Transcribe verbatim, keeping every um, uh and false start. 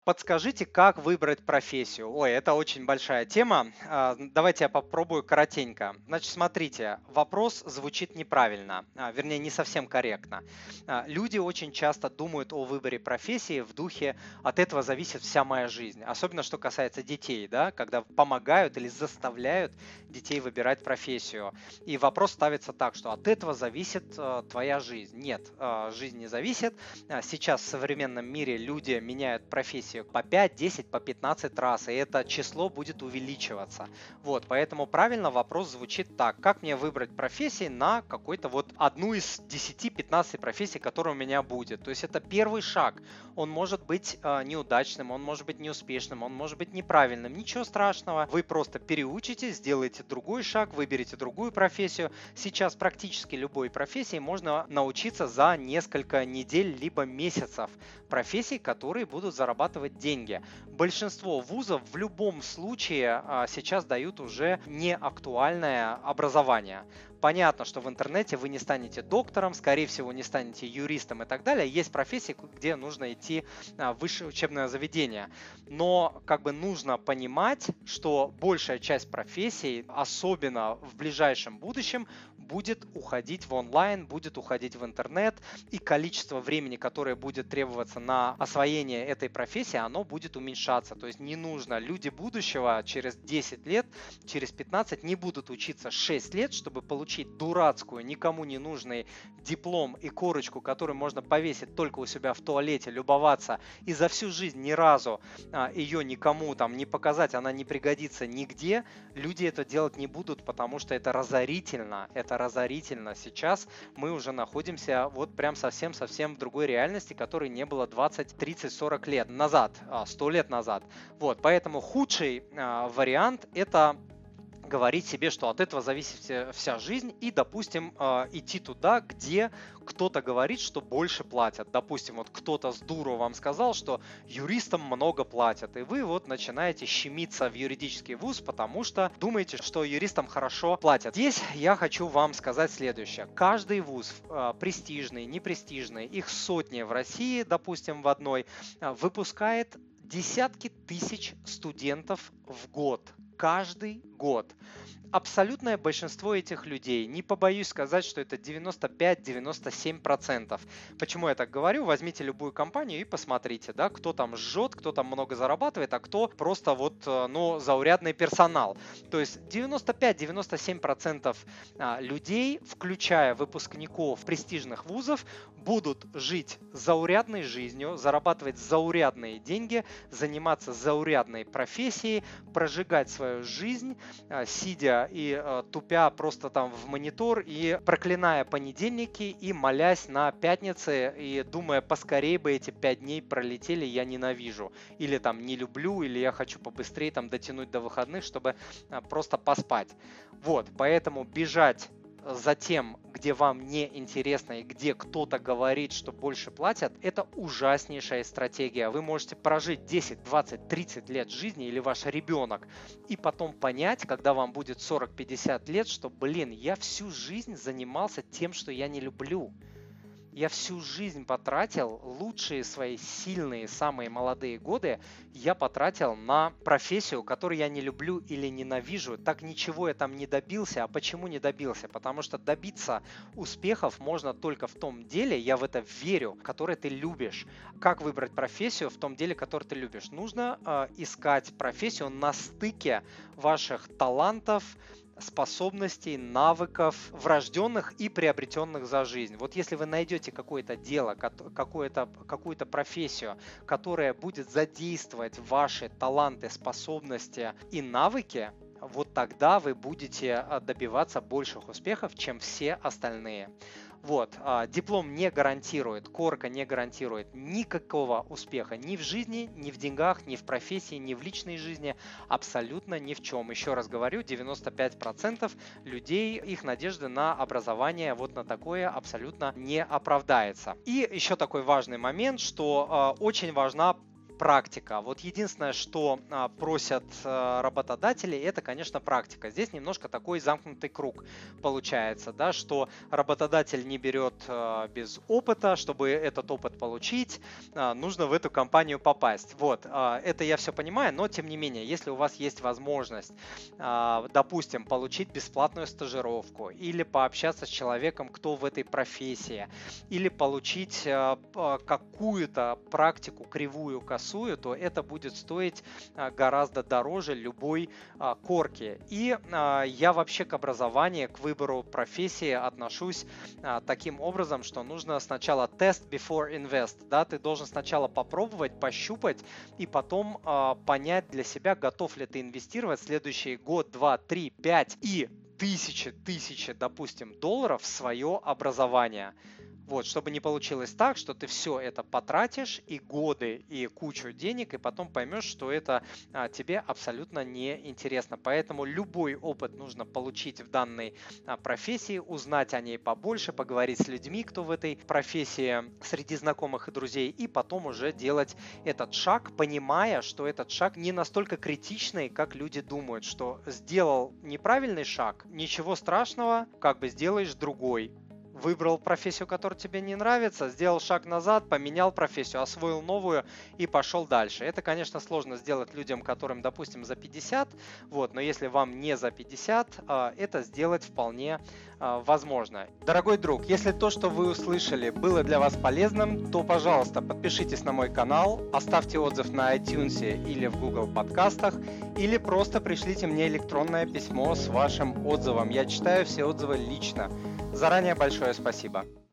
Подскажите, как выбрать профессию? Ой, это очень большая тема. А, Давайте я попробую коротенько. Значит, смотрите, вопрос звучит неправильно, а, вернее, не совсем корректно. А, Люди очень часто думают о выборе профессии в духе «от этого зависит вся моя жизнь». Особенно, что касается детей, да, когда помогают или заставляют детей выбирать профессию. И вопрос ставится так, что от этого зависит э, твоя жизнь. Нет, э, жизнь не зависит. А, Сейчас в современном мире люди меняют профессию по пять, десять, по пятнадцать раз, и это число будет увеличиваться. Вот, поэтому правильно вопрос звучит так: как мне выбрать профессии на какой-то вот одну из десяти-пятнадцати профессий, которая у меня будет. То есть это первый шаг. Он может быть э, неудачным, он может быть неуспешным, он может быть неправильным. Ничего страшного. Вы просто переучитесь, сделаете другой шаг, выберете другую профессию. Сейчас практически любой профессии можно научиться за несколько недель либо месяцев. Профессий, которые будут зарабатывать деньги. Большинство вузов в любом случае а, сейчас дают уже неактуальное образование. Понятно, что в интернете вы не станете доктором, скорее всего, не станете юристом и так далее. Есть профессии, где нужно идти а, в высшее учебное заведение. Но как бы нужно понимать, что большая часть профессий, особенно в ближайшем будущем, будет уходить в онлайн, будет уходить в интернет, и количество времени, которое будет требоваться на освоение этой профессии, оно будет уменьшаться. То есть не нужно, люди будущего через десять лет, через пятнадцать не будут учиться шесть лет, чтобы получить дурацкую, никому не нужный диплом и корочку, которую можно повесить только у себя в туалете, любоваться, и за всю жизнь ни разу а, ее никому там не показать, она не пригодится нигде. Люди это делать не будут, потому что это разорительно, это разорительно. Сейчас мы уже находимся вот прям совсем-совсем в другой реальности, которой не было двадцать, тридцать, сорок лет назад, сто лет назад. Вот, поэтому худший а, вариант это говорить себе, что от этого зависит вся, вся жизнь, и, допустим, э, идти туда, где кто-то говорит, что больше платят. Допустим, вот кто-то с дуру вам сказал, что юристам много платят, и вы вот начинаете щемиться в юридический вуз, потому что думаете, что юристам хорошо платят. Здесь я хочу вам сказать следующее. Каждый вуз, э, престижный, непрестижный, их сотни в России, допустим, в одной, э, выпускает десятки тысяч студентов в год. Каждый год. Абсолютное большинство этих людей, не побоюсь сказать, что это девяносто пять - девяносто семь процентов. Почему я так говорю? Возьмите любую компанию и посмотрите, да, кто там жжет, кто там много зарабатывает, а кто просто вот, ну, заурядный персонал. То есть девяносто пять - девяносто семь процентов людей, включая выпускников престижных вузов, будут жить заурядной жизнью, зарабатывать заурядные деньги, заниматься заурядной профессией, прожигать свою жизнь, сидя и э, тупя просто там в монитор и проклиная понедельники и молясь на пятницы и думая, поскорее бы эти пять дней пролетели, я ненавижу. Или там не люблю, или я хочу побыстрее там дотянуть до выходных, чтобы э, просто поспать. Вот, поэтому бежать за тем, где вам не интересно и где кто-то говорит, что больше платят, это ужаснейшая стратегия. Вы можете прожить десять, двадцать, тридцать лет жизни или ваш ребенок и потом понять, когда вам будет сорок-пятьдесят лет, что, блин, я всю жизнь занимался тем, что я не люблю. Я всю жизнь потратил, лучшие свои сильные, самые молодые годы я потратил на профессию, которую я не люблю или ненавижу. Так ничего я там не добился. А почему не добился? Потому что добиться успехов можно только в том деле, я в это верю, которое ты любишь. Как выбрать профессию в том деле, который ты любишь? Нужно э, искать профессию на стыке ваших талантов, способностей, навыков, врожденных и приобретенных за жизнь. Вот если вы найдете какое-то дело, какую-то, какую-то профессию, которая будет задействовать ваши таланты, способности и навыки, вот тогда вы будете добиваться больших успехов, чем все остальные. Вот, диплом не гарантирует, корка не гарантирует никакого успеха ни в жизни, ни в деньгах, ни в профессии, ни в личной жизни, абсолютно ни в чем. Еще раз говорю, девяносто пять процентов людей, их надежды на образование вот на такое абсолютно не оправдается. И еще такой важный момент, что очень важна практика. Вот единственное, что а, просят а, работодатели, это, конечно, практика. Здесь немножко такой замкнутый круг получается, да, что работодатель не берет а, без опыта, чтобы этот опыт получить, а, нужно в эту компанию попасть. Вот, а, это я все понимаю, но тем не менее, если у вас есть возможность, а, допустим, получить бесплатную стажировку или пообщаться с человеком, кто в этой профессии, или получить а, какую-то практику кривую, косую, то это будет стоить гораздо дороже любой корки. И я вообще к образованию, к выбору профессии отношусь таким образом, что нужно сначала test before invest, да, ты должен сначала попробовать, пощупать и потом понять для себя, готов ли ты инвестировать в следующий год, два, три, пять и тысячи, тысячи, допустим, долларов в свое образование. Вот, чтобы не получилось так, что ты все это потратишь и годы, и кучу денег, и потом поймешь, что это а, тебе абсолютно не интересно. Поэтому любой опыт нужно получить в данной а, профессии, узнать о ней побольше, поговорить с людьми, кто в этой профессии, среди знакомых и друзей, и потом уже делать этот шаг, понимая, что этот шаг не настолько критичный, как люди думают, что сделал неправильный шаг, ничего страшного, как бы сделаешь другой. Выбрал профессию, которая тебе не нравится, сделал шаг назад, поменял профессию, освоил новую и пошел дальше. Это, конечно, сложно сделать людям, которым, допустим, за пятьдесят, вот, но если вам не за пятьдесят, это сделать вполне возможно. Дорогой друг, если то, что вы услышали, было для вас полезным, то, пожалуйста, подпишитесь на мой канал, оставьте отзыв на iTunes или в Google подкастах, или просто пришлите мне электронное письмо с вашим отзывом. Я читаю все отзывы лично. Заранее большое спасибо.